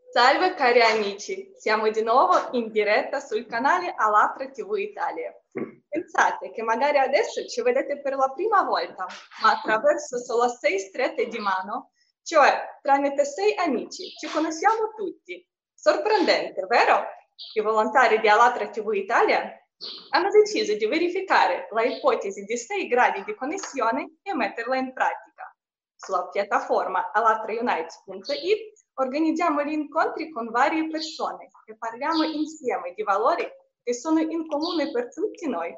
Salve cari amici, siamo di nuovo in diretta sul canale Alatra TV Italia. Pensate che magari adesso ci vedete per la prima volta, ma attraverso solo 6 strette di mano, cioè tramite 6 amici, ci conosciamo tutti. Sorprendente, vero? I volontari di Alatra TV Italia hanno deciso di verificare la ipotesi di 6 gradi di connessione e metterla in pratica. Sulla piattaforma alatraunites.it organizziamo gli incontri con varie persone e parliamo insieme di valori che sono in comune per tutti noi.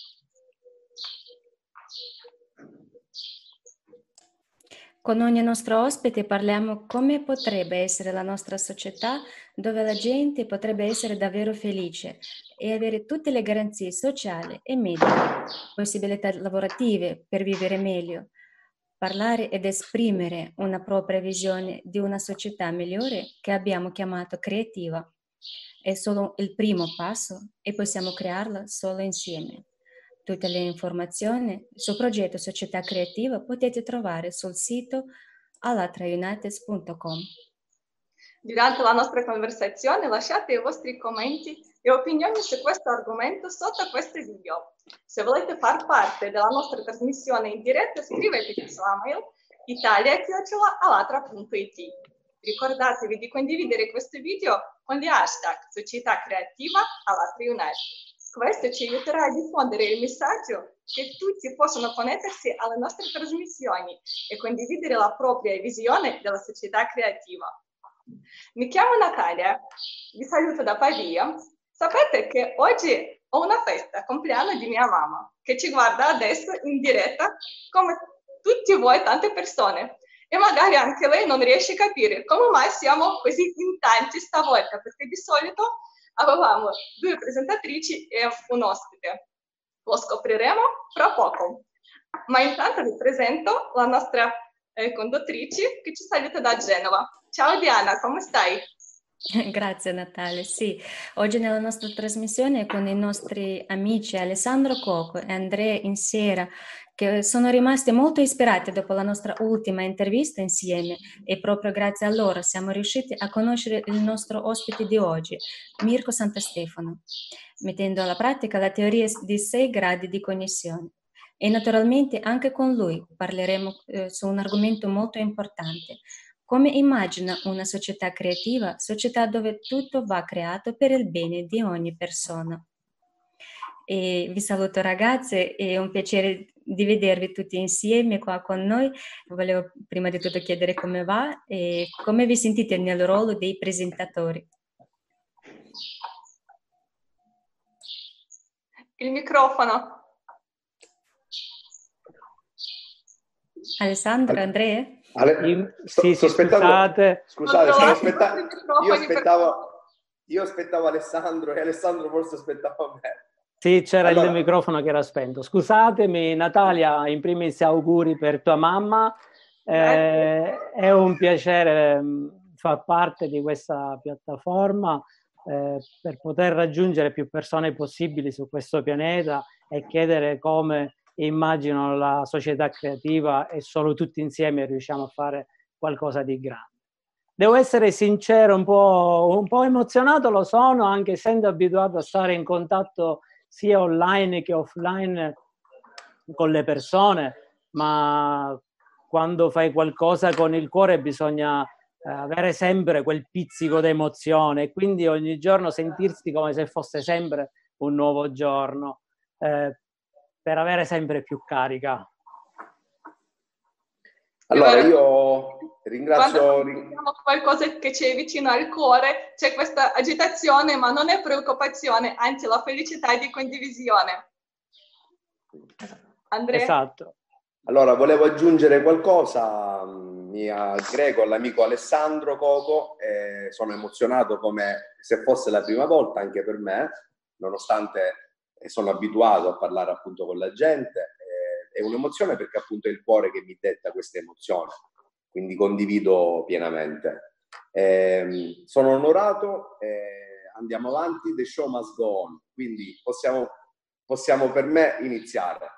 Con ogni nostro ospite parliamo come potrebbe essere la nostra società dove la gente potrebbe essere davvero felice e avere tutte le garanzie sociali e mediche, possibilità lavorative per vivere meglio. Parlare ed esprimere una propria visione di una società migliore che abbiamo chiamato creativa. È solo il primo passo e possiamo crearla solo insieme. Tutte le informazioni sul progetto Società Creativa potete trovare sul sito alatraunites.com. Durante la nostra conversazione lasciate i vostri commenti e opinioni su questo argomento sotto questo video. Se volete far parte della nostra trasmissione in diretta, scriveteci sulla mail italia@alatra.it. Ricordatevi di condividere questo video con gli hashtag Società Creativa Alatra Unites. Questo ci aiuterà a diffondere il messaggio che tutti possono connettersi alle nostre trasmissioni e condividere la propria visione della società creativa. Mi chiamo Natalia, vi saluto da Pavia. Sapete che oggi ho una festa, compleanno di mia mamma, che ci guarda adesso in diretta come tutti voi, tante persone. E magari anche lei non riesce a capire come mai siamo così in tanti stavolta, perché di solito avevamo 2 presentatrici e un ospite. Lo scopriremo fra poco. Ma intanto vi presento la nostra conduttrice che ci saluta da Genova. Ciao Diana, come stai? Grazie Natalia, sì, oggi nella nostra trasmissione con i nostri amici Alessandro Coco e Andrea Insera, che sono rimasti molto ispirati dopo la nostra ultima intervista insieme e proprio grazie a loro siamo riusciti a conoscere il nostro ospite di oggi, Mirko Santastefano, mettendo alla pratica la teoria di 6 gradi di connessione. E naturalmente anche con lui parleremo su un argomento molto importante. Come immagina una società creativa, società dove tutto va creato per il bene di ogni persona. E vi saluto ragazze, è un piacere di vedervi tutti insieme qua con noi. Volevo prima di tutto chiedere come va e come vi sentite nel ruolo dei presentatori. Il microfono. Alessandro, Andrea? Sì, scusate. Io aspettavo Alessandro e Alessandro forse aspettava me. Sì, c'era il microfono che era spento. Scusatemi, Natalia, in primis auguri per tua mamma. È un piacere far parte di questa piattaforma per poter raggiungere più persone possibili su questo pianeta e chiedere come immagino la società creativa e solo tutti insieme riusciamo a fare qualcosa di grande. Devo essere sincero, un po' emozionato lo sono, anche essendo abituato a stare in contatto sia online che offline con le persone, ma quando fai qualcosa con il cuore bisogna avere sempre quel pizzico d'emozione e quindi ogni giorno sentirsi come se fosse sempre un nuovo giorno. Per avere sempre più carica. Allora io ringrazio... Quando sentiamo qualcosa che ci è vicino al cuore, c'è questa agitazione, ma non è preoccupazione, anzi la felicità di condivisione. Andrea? Esatto. Allora, volevo aggiungere qualcosa, mi aggrego all'amico Alessandro Coco, sono emozionato come se fosse la prima volta anche per me, nonostante sono abituato a parlare appunto con la gente, è un'emozione perché appunto è il cuore che mi detta questa emozione, quindi condivido pienamente. Sono onorato, andiamo avanti, the show must go on, quindi possiamo per me iniziare.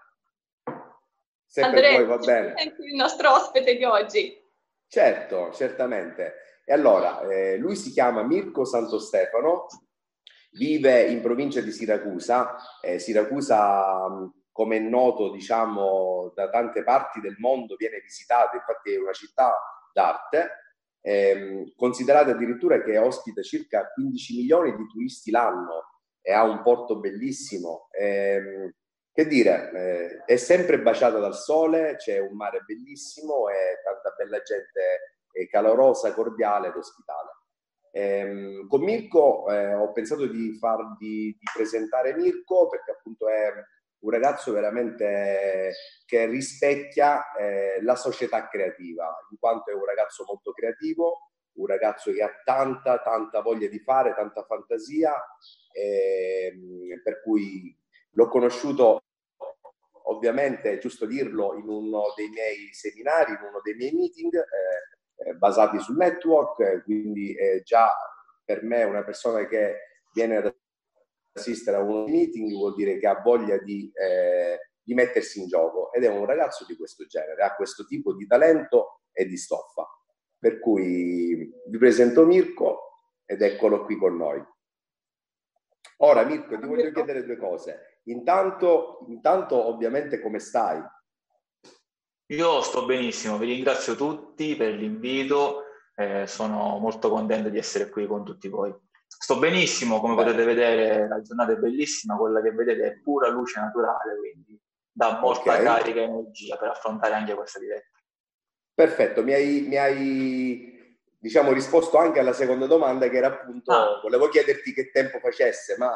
Se Andrea, per voi va bene. il nostro ospite di oggi. Certo, certamente. E allora, lui si chiama Mirko Santostefano, vive in provincia di Siracusa. Siracusa, come è noto, diciamo, da tante parti del mondo viene visitata, infatti è una città d'arte, considerate addirittura che ospita circa 15 milioni di turisti l'anno e ha un porto bellissimo. Che dire, è sempre baciata dal sole, c'è un mare bellissimo e tanta bella gente calorosa, cordiale ed ospitale. Con Mirko ho pensato di presentare Mirko, perché appunto è un ragazzo veramente che rispecchia la società creativa, in quanto è un ragazzo molto creativo, un ragazzo che ha tanta voglia di fare, tanta fantasia, per cui l'ho conosciuto, ovviamente, è giusto dirlo, in uno dei miei seminari, in uno dei miei meeting basati sul network, quindi già per me una persona che viene ad assistere a un meeting vuol dire che ha voglia di mettersi in gioco, ed è un ragazzo di questo genere, ha questo tipo di talento e di stoffa. Per cui vi presento Mirko ed eccolo qui con noi. Ora Mirko, ti voglio chiedere due cose. Intanto ovviamente come stai? Io sto benissimo, vi ringrazio tutti per l'invito, sono molto contento di essere qui con tutti voi. Sto benissimo, come potete vedere la giornata è bellissima, quella che vedete è pura luce naturale, quindi dà molta carica e energia per affrontare anche questa diretta. Perfetto, mi hai diciamo risposto anche alla seconda domanda, che era appunto, volevo chiederti che tempo facesse, ma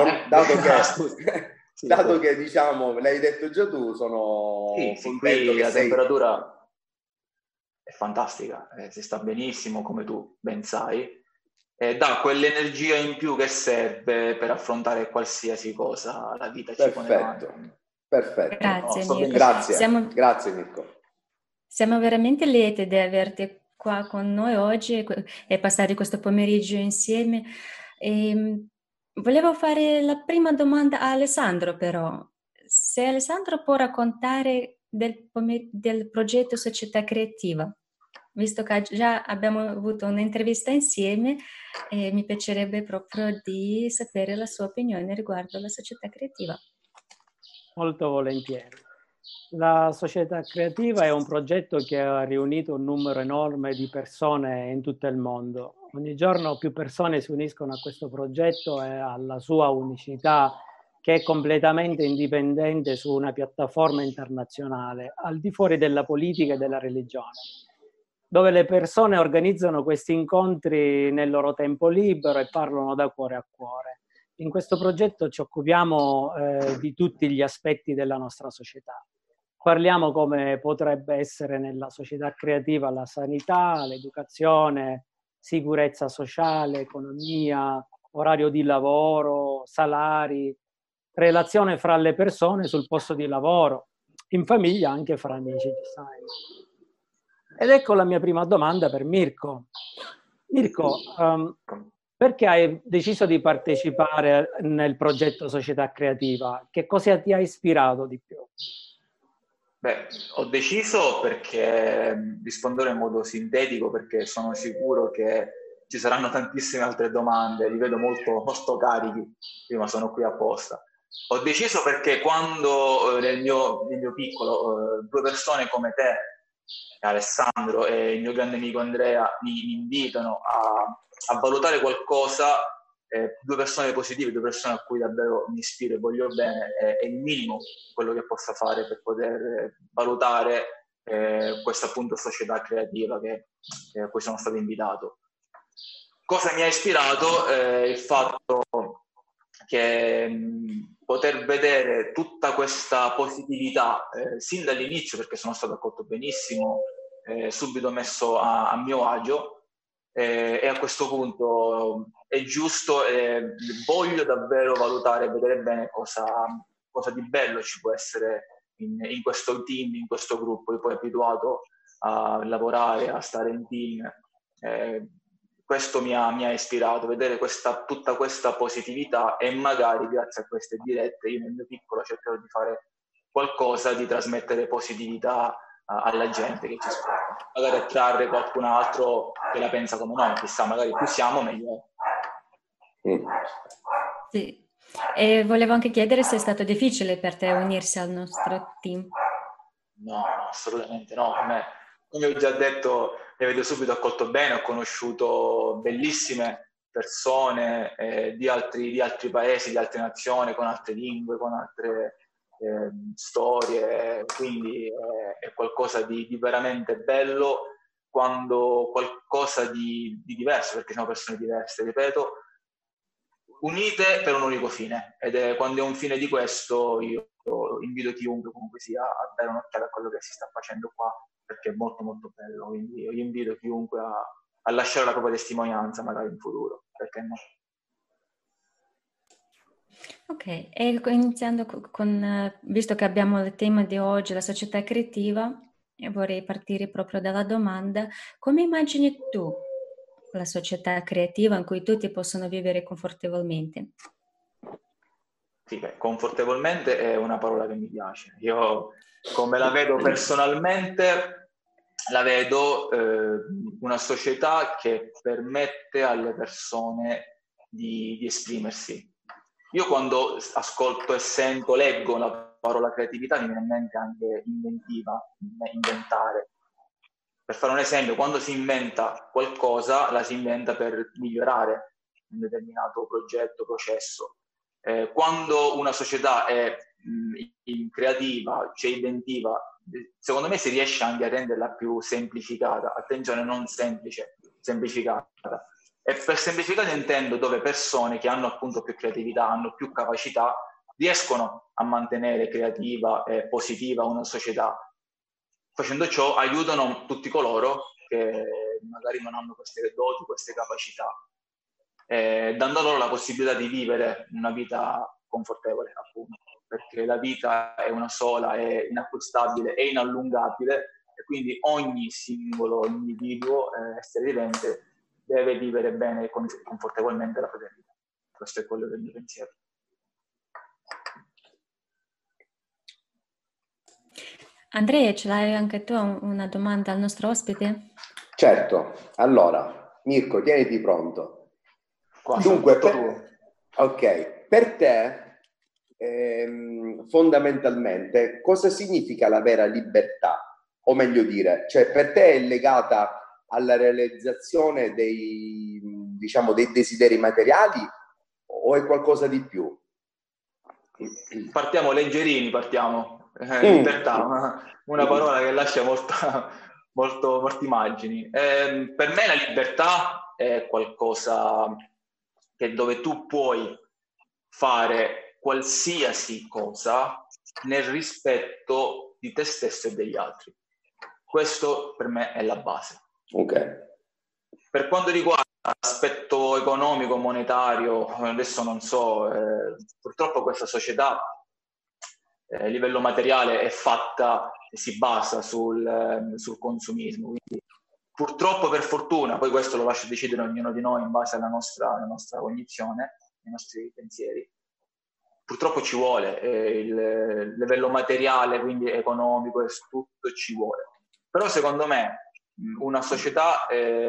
dato che diciamo l'hai detto già tu, sono contento qui la temperatura è fantastica, si sta benissimo, come tu ben sai, e dà quell'energia in più che serve per affrontare qualsiasi cosa la vita ci pone davanti. Perfetto. Grazie, Mirko. Grazie Mirko. Siamo veramente lieti di averti qua con noi oggi e passare questo pomeriggio insieme. Volevo fare la prima domanda a Alessandro, però. Se Alessandro può raccontare del progetto Società Creativa, visto che già abbiamo avuto un'intervista insieme, mi piacerebbe proprio di sapere la sua opinione riguardo alla Società Creativa. Molto volentieri. La Società Creativa è un progetto che ha riunito un numero enorme di persone in tutto il mondo. Ogni giorno più persone si uniscono a questo progetto e alla sua unicità, che è completamente indipendente su una piattaforma internazionale, al di fuori della politica e della religione, dove le persone organizzano questi incontri nel loro tempo libero e parlano da cuore a cuore. In questo progetto ci occupiamo di tutti gli aspetti della nostra società. Parliamo come potrebbe essere nella società creativa la sanità, l'educazione, sicurezza sociale, economia, orario di lavoro, salari, relazione fra le persone sul posto di lavoro, in famiglia anche fra amici, giustamente. Ed ecco la mia prima domanda per Mirko. Mirko, perché hai deciso di partecipare nel progetto Società Creativa? Che cosa ti ha ispirato di più? Beh, ho deciso perché risponderò in modo sintetico, perché sono sicuro che ci saranno tantissime altre domande, li vedo molto carichi, prima sono qui apposta. Ho deciso perché quando nel mio piccolo due persone come te, Alessandro, e il mio grande amico Andrea mi invitano a valutare qualcosa, due persone positive, due persone a cui davvero mi ispiro e voglio bene, è il minimo quello che possa fare per poter valutare questa appunto società creativa a cui sono stato invitato. Cosa mi ha ispirato? Il fatto che poter vedere tutta questa positività sin dall'inizio, perché sono stato accolto benissimo, subito messo a mio agio, e a questo punto è giusto, voglio davvero valutare e vedere bene cosa di bello ci può essere in questo team, in questo gruppo. Io poi abituato a lavorare, a stare in team, questo mi ha ispirato, vedere tutta questa positività, e magari grazie a queste dirette io nel mio piccolo cercherò di fare qualcosa, di trasmettere positività alla gente che ci ascolta, magari attrarre qualcun altro che la pensa come noi, chissà, magari più siamo meglio è. Sì. E volevo anche chiedere se è stato difficile per te unirsi al nostro team. No, assolutamente no. Come ho già detto, mi avete subito accolto bene, ho conosciuto bellissime persone di altri paesi, di altre nazioni, con altre lingue, con altre storie, quindi è qualcosa di veramente bello quando qualcosa di diverso, perché siamo persone diverse, ripeto, unite per un unico fine, ed è quando è un fine di questo io invito chiunque comunque sia a dare un'occhiata a quello che si sta facendo qua, perché è molto molto bello, quindi io invito chiunque a lasciare la propria testimonianza magari in futuro, perché no? Ok, e iniziando visto che abbiamo il tema di oggi, la società creativa, vorrei partire proprio dalla domanda: come immagini tu la società creativa in cui tutti possono vivere confortevolmente? Sì, confortevolmente è una parola che mi piace. Io, come la vedo personalmente, la vedo una società che permette alle persone di esprimersi. Io quando ascolto e sento, leggo la parola creatività, mi viene in mente anche inventiva, inventare. Per fare un esempio, quando si inventa qualcosa, la si inventa per migliorare un determinato progetto, processo. Quando una società è creativa, cioè inventiva, secondo me si riesce anche a renderla più semplificata. Attenzione, non semplice, semplificata. E per semplificata intendo dove persone che hanno appunto più creatività, hanno più capacità, riescono a mantenere creativa e positiva una società. Facendo ciò aiutano tutti coloro che magari non hanno queste doti, queste capacità, dando loro la possibilità di vivere una vita confortevole, appunto, perché la vita è una sola, è inacquistabile, è inallungabile, e quindi ogni singolo individuo, essere vivente, deve vivere bene e confortevolmente la propria vita. Questo è quello del mio pensiero. Andrea, ce l'hai anche tu una domanda al nostro ospite? Certo, allora, Mirko, tieniti pronto. Qua, Dunque, tuo. ok, per te fondamentalmente cosa significa la vera libertà? O meglio dire, cioè per te è legata alla realizzazione dei desideri materiali o è qualcosa di più? Partiamo leggerini, libertà, una parola che lascia molte immagini. Per me la libertà è qualcosa dove tu puoi fare qualsiasi cosa nel rispetto di te stesso e degli altri. Questo per me è la base. Ok. Per quanto riguarda l'aspetto economico, monetario, adesso non so, purtroppo questa società a livello materiale è fatta e si basa sul consumismo. Quindi, purtroppo, per fortuna, poi questo lo lascio decidere ognuno di noi in base alla nostra cognizione, ai nostri pensieri. Purtroppo ci vuole il livello materiale, quindi economico, e tutto ci vuole. Però secondo me una società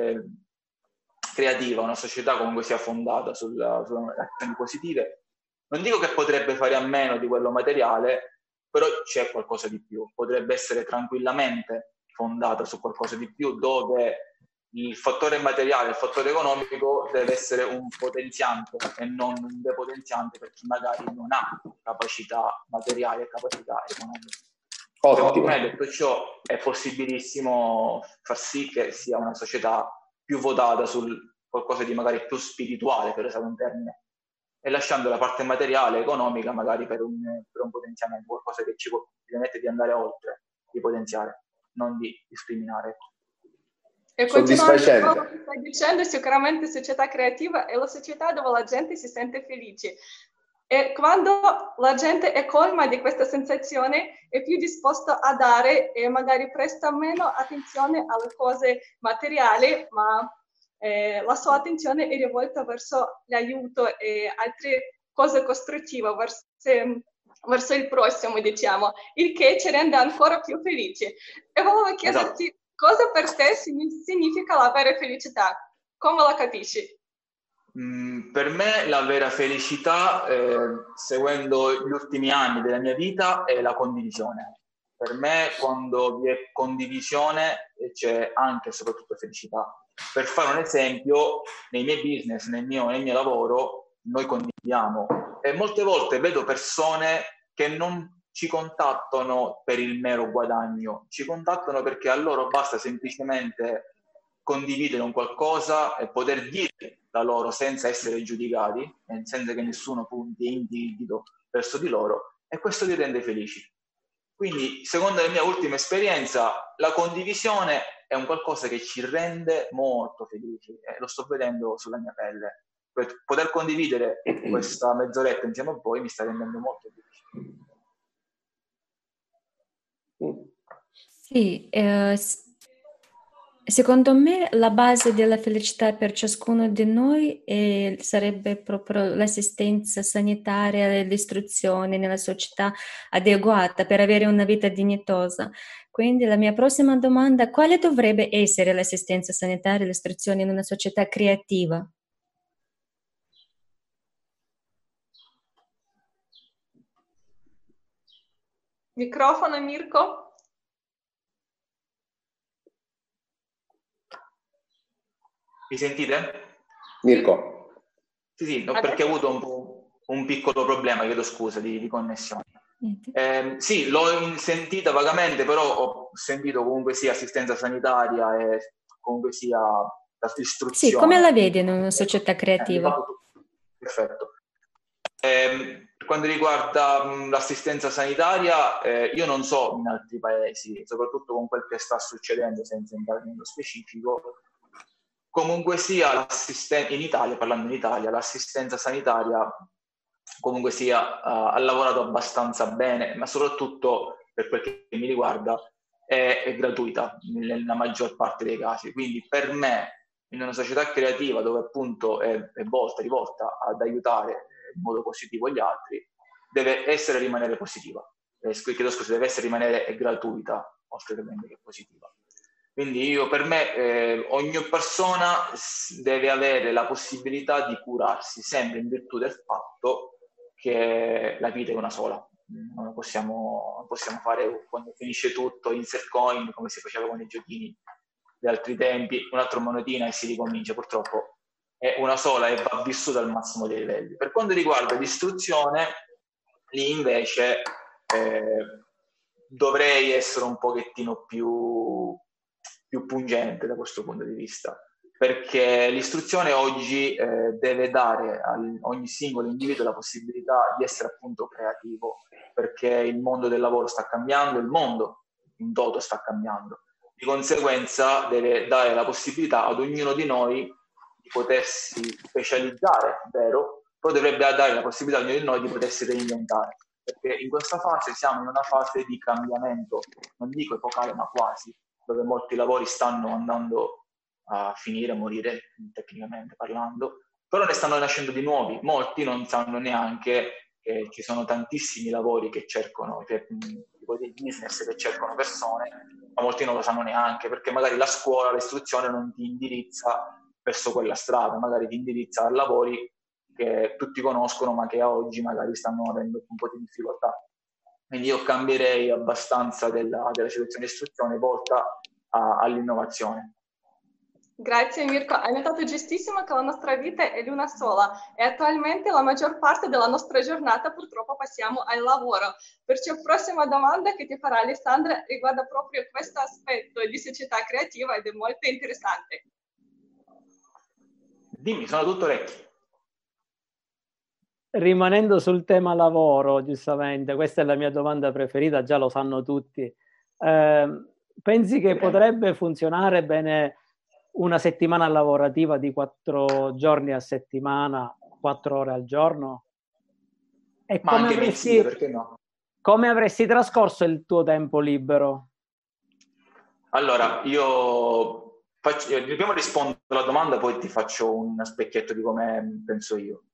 creativa, una società comunque sia fondata sulle azioni positive, non dico che potrebbe fare a meno di quello materiale, però c'è qualcosa di più. Potrebbe essere tranquillamente fondata su qualcosa di più, dove il fattore materiale, il fattore economico deve essere un potenziante e non un depotenziante per chi magari non ha capacità materiali e capacità economiche. Secondo me, detto ciò, è possibilissimo far sì che sia una società più votata sul qualcosa di magari più spirituale, per usare un termine, e lasciando la parte materiale, economica, magari per un potenziamento, qualcosa che ci permette di andare oltre, di potenziare, non di discriminare. E continuando quello che stai dicendo, sicuramente società creativa è la società dove la gente si sente felice. E quando la gente è colma di questa sensazione è più disposto a dare e magari presta meno attenzione alle cose materiali, ma la sua attenzione è rivolta verso l'aiuto e altre cose costruttive, verso verso il prossimo, diciamo, il che ci rende ancora più felici. E volevo chiederti cosa per te significa la vera felicità? Come la capisci? Per me la vera felicità, seguendo gli ultimi anni della mia vita, è la condivisione. Per me, quando vi è condivisione, c'è anche e soprattutto felicità. Per fare un esempio, nei miei business, nel mio lavoro, noi condividiamo. E molte volte vedo persone che non ci contattano per il mero guadagno, ci contattano perché a loro basta semplicemente condividere un qualcosa e poter dire da loro senza essere giudicati, senza che nessuno punti e indi il dito verso di loro, e questo li rende felici. Quindi, secondo la mia ultima esperienza, la condivisione è un qualcosa che ci rende molto felici, e lo sto vedendo sulla mia pelle. Per poter condividere questa mezz'oretta insieme a voi mi sta rendendo molto felice. Sì, secondo me la base della felicità per ciascuno di noi sarebbe proprio l'assistenza sanitaria e l'istruzione nella società adeguata per avere una vita dignitosa. Quindi la mia prossima domanda: quale dovrebbe essere l'assistenza sanitaria e l'istruzione in una società creativa? Microfono, Mirko. Mi sentite? Mirko. Sì, perché ho avuto un piccolo problema, chiedo scusa, di connessione. Sì, l'ho sentita vagamente, però ho sentito comunque sia assistenza sanitaria e comunque sia istruzione. Sì, come la vedi in una società creativa? Perfetto. Per quanto riguarda l'assistenza sanitaria, io non so in altri paesi, soprattutto con quel che sta succedendo, senza entrare nello specifico. Comunque sia, in Italia, parlando in Italia, l'assistenza sanitaria comunque sia ha lavorato abbastanza bene, ma soprattutto per quel che mi riguarda è gratuita nella maggior parte dei casi. Quindi per me, in una società creativa dove appunto è rivolta ad aiutare in modo positivo gli altri, deve rimanere positiva. Chiedo scusa, deve rimanere gratuita, oltre che positiva. Quindi per me ogni persona deve avere la possibilità di curarsi, sempre in virtù del fatto che la vita è una sola. Non possiamo fare, quando finisce tutto, insert coin, come si faceva con i giochini di altri tempi, un altro monetina e si ricomincia. Purtroppo è una sola e va vissuta al massimo dei livelli. Per quanto riguarda l'istruzione, lì invece dovrei essere un pochettino più pungente da questo punto di vista, perché l'istruzione oggi deve dare a ogni singolo individuo la possibilità di essere appunto creativo, perché il mondo del lavoro sta cambiando, il mondo in toto sta cambiando. Di conseguenza deve dare la possibilità ad ognuno di noi di potersi specializzare, vero? Però dovrebbe dare la possibilità ad ognuno di noi di potersi reinventare, perché in questa fase siamo in una fase di cambiamento, non dico epocale ma quasi, dove molti lavori stanno andando a finire, a morire, tecnicamente parlando, però ne stanno nascendo di nuovi. Molti non sanno neanche che ci sono tantissimi lavori che cercano, tipo dei business che cercano persone, ma molti non lo sanno neanche, perché magari la scuola, l'istruzione non ti indirizza verso quella strada, magari ti indirizza a lavori che tutti conoscono, ma che a oggi magari stanno avendo un po' di difficoltà. Quindi io cambierei abbastanza della situazione di istruzione volta all'innovazione. Grazie Mirko, hai notato giustissimo che la nostra vita è una sola e attualmente la maggior parte della nostra giornata purtroppo passiamo al lavoro. Perciò la prossima domanda che ti farà Alessandra riguarda proprio questo aspetto di società creativa ed è molto interessante. Dimmi, sono tutto orecchi. Rimanendo sul tema lavoro, giustamente, questa è la mia domanda preferita, già lo sanno tutti. Pensi che potrebbe funzionare bene una settimana lavorativa di 4 giorni a settimana, 4 ore al giorno? E ma anche mensile, perché no? Come avresti trascorso il tuo tempo libero? Allora, io prima rispondo alla domanda, poi ti faccio un specchietto di come penso io.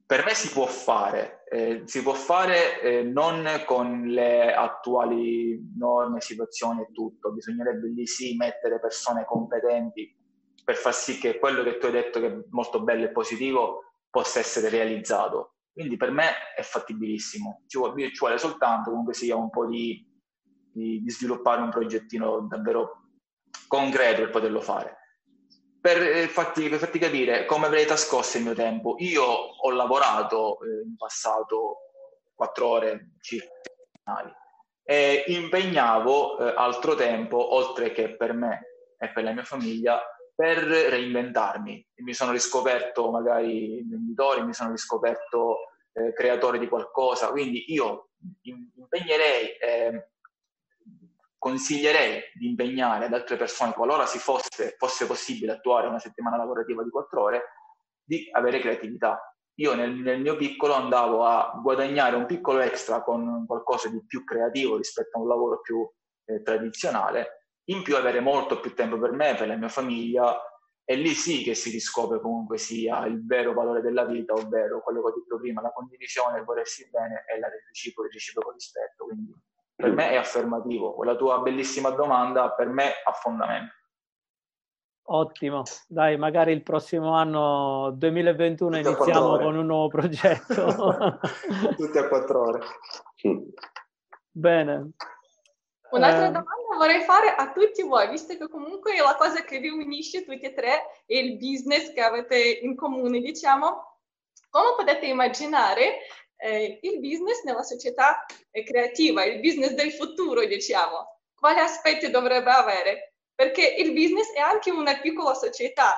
Per me si può fare non con le attuali norme, situazioni e tutto, bisognerebbe lì sì mettere persone competenti per far sì che quello che tu hai detto che è molto bello e positivo possa essere realizzato. Quindi per me è fattibilissimo, ci vuole soltanto comunque sia un po' di sviluppare un progettino davvero concreto per poterlo fare. Per farti capire come avrei trascorso il mio tempo, io ho lavorato in passato 4 ore circa e impegnavo altro tempo, oltre che per me e per la mia famiglia, per reinventarmi. Mi sono riscoperto magari imprenditore, mi sono riscoperto creatore di qualcosa, quindi io impegnerei, consiglierei di impegnare ad altre persone, qualora fosse possibile attuare una settimana lavorativa di 4 ore, di avere creatività. Io nel mio piccolo andavo a guadagnare un piccolo extra con qualcosa di più creativo rispetto a un lavoro più tradizionale, in più avere molto più tempo per me, per la mia famiglia, e lì sì che si riscopre comunque sia il vero valore della vita, ovvero quello che ho detto prima, la condivisione, il volersi bene e il reciproco rispetto. Quindi per me è affermativo. Quella tua bellissima domanda per me ha fondamento. Ottimo, dai, magari il prossimo anno 2021 iniziamo con un nuovo progetto. Tutti a 4 ore. Bene. Un'altra domanda vorrei fare a tutti voi, visto che comunque la cosa che vi unisce tutti e tre è il business che avete in comune, diciamo. Come potete immaginare il business nella società creativa, il business del futuro, diciamo? Quali aspetti dovrebbe avere? Perché il business è anche una piccola società.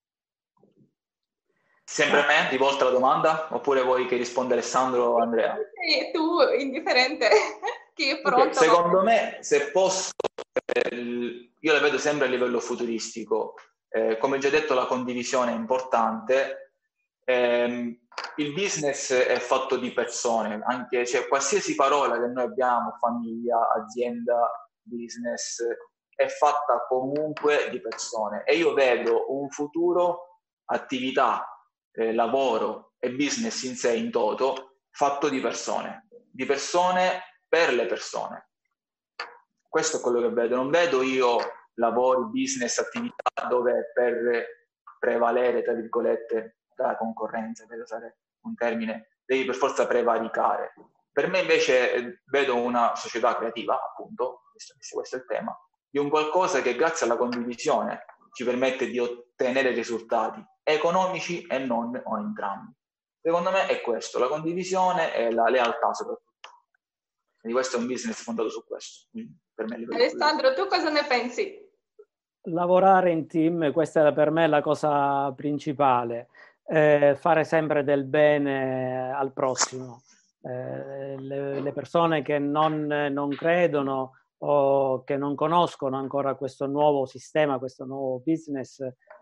Sempre a me, rivolta la domanda? Oppure vuoi che risponda Alessandro o Andrea? Sì, tu, indifferente, chi è pronto. Okay, secondo me, se posso, io la vedo sempre a livello futuristico. Come già detto, la condivisione è importante. Il business è fatto di persone, anche cioè, qualsiasi parola che noi abbiamo, famiglia, azienda, business, è fatta comunque di persone. E io vedo un futuro, attività, lavoro e business in sé, in toto, fatto di persone per le persone. Questo è quello che vedo. Non vedo io lavori, business, attività dove per prevalere, tra virgolette, dalla concorrenza, per usare un termine, devi per forza prevaricare. Per me invece vedo una società creativa, appunto, questo è il tema, di un qualcosa che grazie alla condivisione ci permette di ottenere risultati economici e non o entrambi. Secondo me è questo, la condivisione e la lealtà soprattutto. Quindi questo è un business fondato su questo. Per me Alessandro, tu cosa ne pensi? Lavorare in team, questa è per me la cosa principale, fare sempre del bene al prossimo. Le persone che non credono o che non conoscono ancora questo nuovo sistema, questo nuovo business,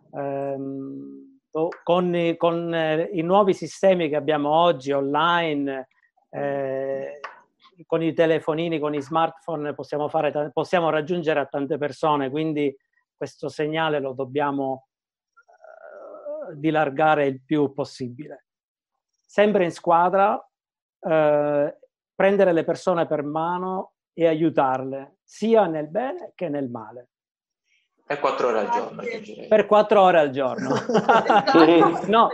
con i nuovi sistemi che abbiamo oggi online, con i telefonini, con i smartphone possiamo raggiungere a tante persone, quindi questo segnale lo dobbiamo dilargare il più possibile. Sempre in squadra, prendere le persone per mano e aiutarle, sia nel bene che nel male. Per 4 ore al giorno. Per 4 ore al giorno. No.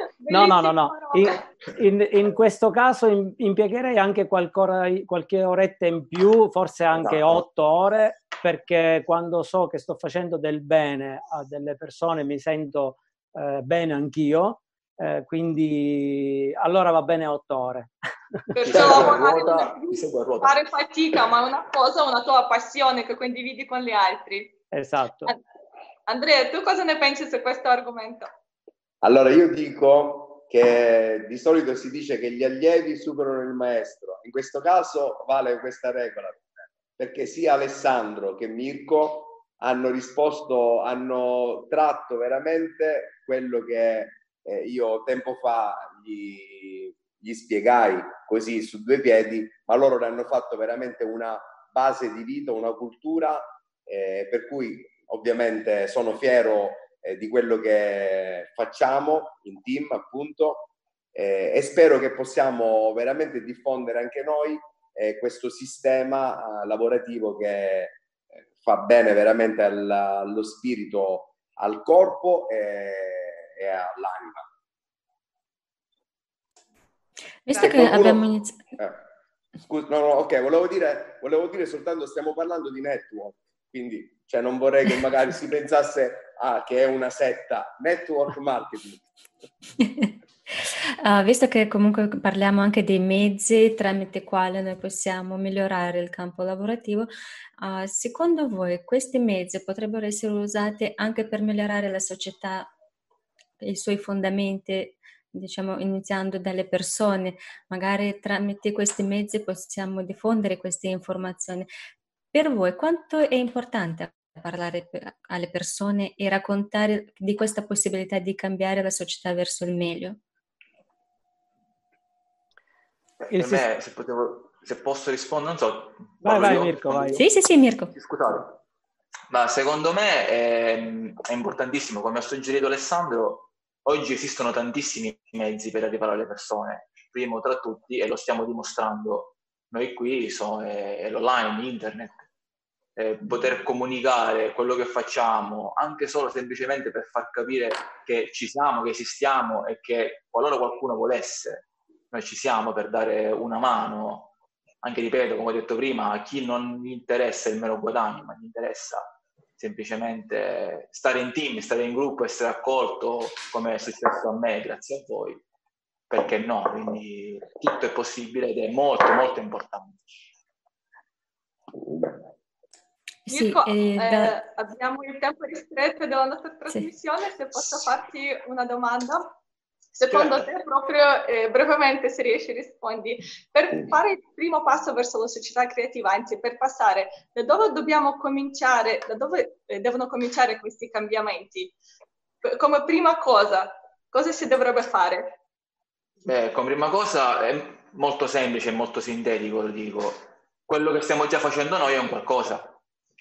In questo caso impiegherei anche qualche oretta in più, forse anche 8 ore, perché quando so che sto facendo del bene a delle persone mi sento bene anch'io, quindi allora va bene 8 ore. Perciò fare fatica, ma è una cosa, una tua passione che condividi con gli altri. Esatto. Andrea, tu cosa ne pensi su questo argomento? Allora, io dico che di solito si dice che gli allievi superano il maestro. In questo caso vale questa regola, perché sia Alessandro che Mirko hanno risposto, hanno tratto veramente quello che io tempo fa gli spiegai così su 2 piedi, ma loro ne hanno fatto veramente una base di vita, una cultura, per cui ovviamente sono fiero di quello che facciamo in team, appunto, e spero che possiamo veramente diffondere anche noi questo sistema lavorativo che fa bene veramente allo spirito, al corpo e all'anima. Visto che abbiamo iniziato... Scusa, ok, volevo dire soltanto, stiamo parlando di network, quindi non vorrei che magari si pensasse che è una setta. Network marketing. Visto che comunque parliamo anche dei mezzi tramite quali noi possiamo migliorare il campo lavorativo, secondo voi questi mezzi potrebbero essere usati anche per migliorare la società, i suoi fondamenti, diciamo iniziando dalle persone? Magari tramite questi mezzi possiamo diffondere queste informazioni. Per voi quanto è importante parlare alle persone e raccontare di questa possibilità di cambiare la società verso il meglio? Per me, se posso rispondere, non so. Vai Mirko, vai. Sì, Mirko. Scusate. Ma secondo me è importantissimo, come ha suggerito Alessandro, oggi esistono tantissimi mezzi per arrivare alle persone. Primo tra tutti, e lo stiamo dimostrando noi qui, è l'online, internet. Poter comunicare quello che facciamo, anche solo semplicemente per far capire che ci siamo, che esistiamo e che qualora qualcuno volesse, noi ci siamo per dare una mano, anche ripeto, come ho detto prima, a chi non gli interessa il mero guadagno, ma gli interessa semplicemente stare in team, stare in gruppo, essere accolto, come è successo a me, grazie a voi, perché no? Quindi tutto è possibile ed è molto, molto importante. Mirko, abbiamo il tempo ristretto della nostra trasmissione, se posso farti una domanda. Secondo te, proprio brevemente, se riesci, rispondi, per fare il primo passo verso la società creativa, anzi per passare, da dove dobbiamo cominciare, da dove devono cominciare questi cambiamenti? Come prima cosa si dovrebbe fare? Come prima cosa è molto semplice e molto sintetico, lo dico. Quello che stiamo già facendo noi è un qualcosa.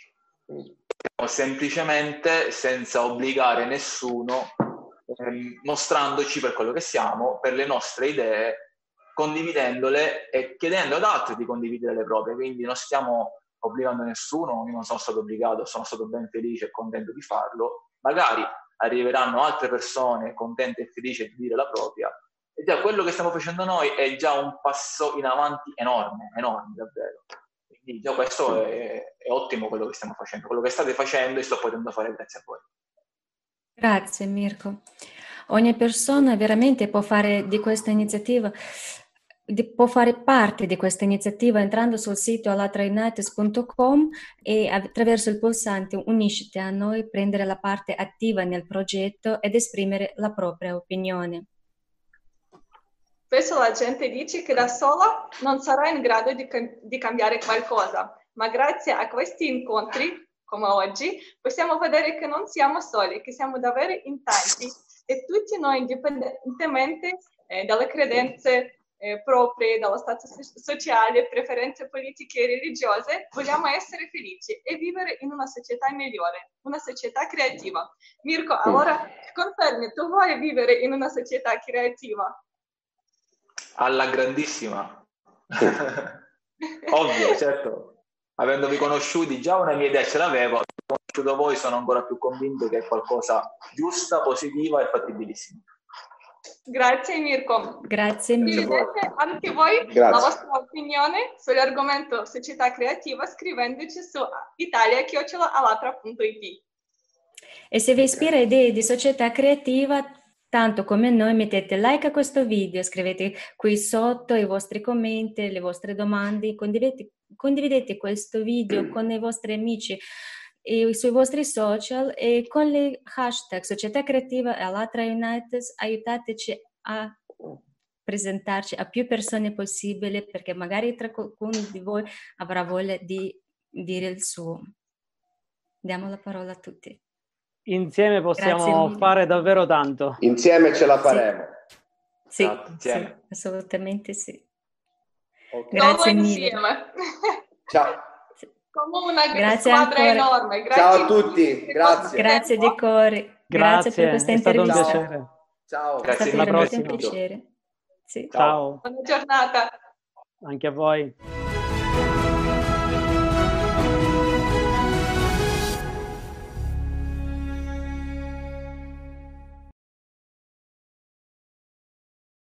Semplicemente, senza obbligare nessuno, mostrandoci per quello che siamo, per le nostre idee, condividendole e chiedendo ad altri di condividere le proprie. Quindi non stiamo obbligando nessuno, io non sono stato obbligato, sono stato ben felice e contento di farlo. Magari arriveranno altre persone contente e felici di dire la propria, e già quello che stiamo facendo noi è già un passo in avanti enorme davvero. Quindi già questo è ottimo, quello che stiamo facendo, quello che state facendo e sto potendo fare grazie a voi. Grazie Mirko. Ogni persona veramente può fare di questa iniziativa, può fare parte di questa iniziativa entrando sul sito alatraunites.com e attraverso il pulsante unisciti a noi, prendere la parte attiva nel progetto ed esprimere la propria opinione. Spesso la gente dice che da sola non sarà in grado di cambiare qualcosa, ma grazie a questi incontri, come oggi, possiamo vedere che non siamo soli, che siamo davvero in tanti e tutti noi, indipendentemente dalle credenze proprie, dallo stato sociale, preferenze politiche e religiose, vogliamo essere felici e vivere in una società migliore, una società creativa. Mirko, allora confermi, tu vuoi vivere in una società creativa? Alla grandissima. Ovvio, certo. Avendovi conosciuti, già una mia idea ce l'avevo, conosciuto voi, sono ancora più convinto che è qualcosa giusta, positiva e fattibilissima. Grazie Mirko. Grazie mille. Scrivete anche voi la vostra opinione sull'argomento società creativa scrivendoci su italia@alatra.it. E se vi ispira idee di società creativa, tanto come noi, mettete like a questo video, scrivete qui sotto i vostri commenti, le vostre domande, condividete questo video con i vostri amici e sui vostri social e con le hashtag Società Creativa e Alatra Unites aiutateci a presentarci a più persone possibile, perché magari tra qualcuno di voi avrà voglia di dire il suo. Diamo la parola a tutti. Insieme possiamo fare davvero tanto. Insieme ce la faremo. Sì, assolutamente sì. Okay. Grazie mille. Insieme. Ciao. Come una grazie squadra ancora. enorme. Grazie ciao a tutti, grazie. Grazie di cuore. Grazie per questa è intervista. Stato un piacere. Ciao. Grazie, è stato veramente un piacere. Sì. Ciao. Buona giornata. Anche a voi.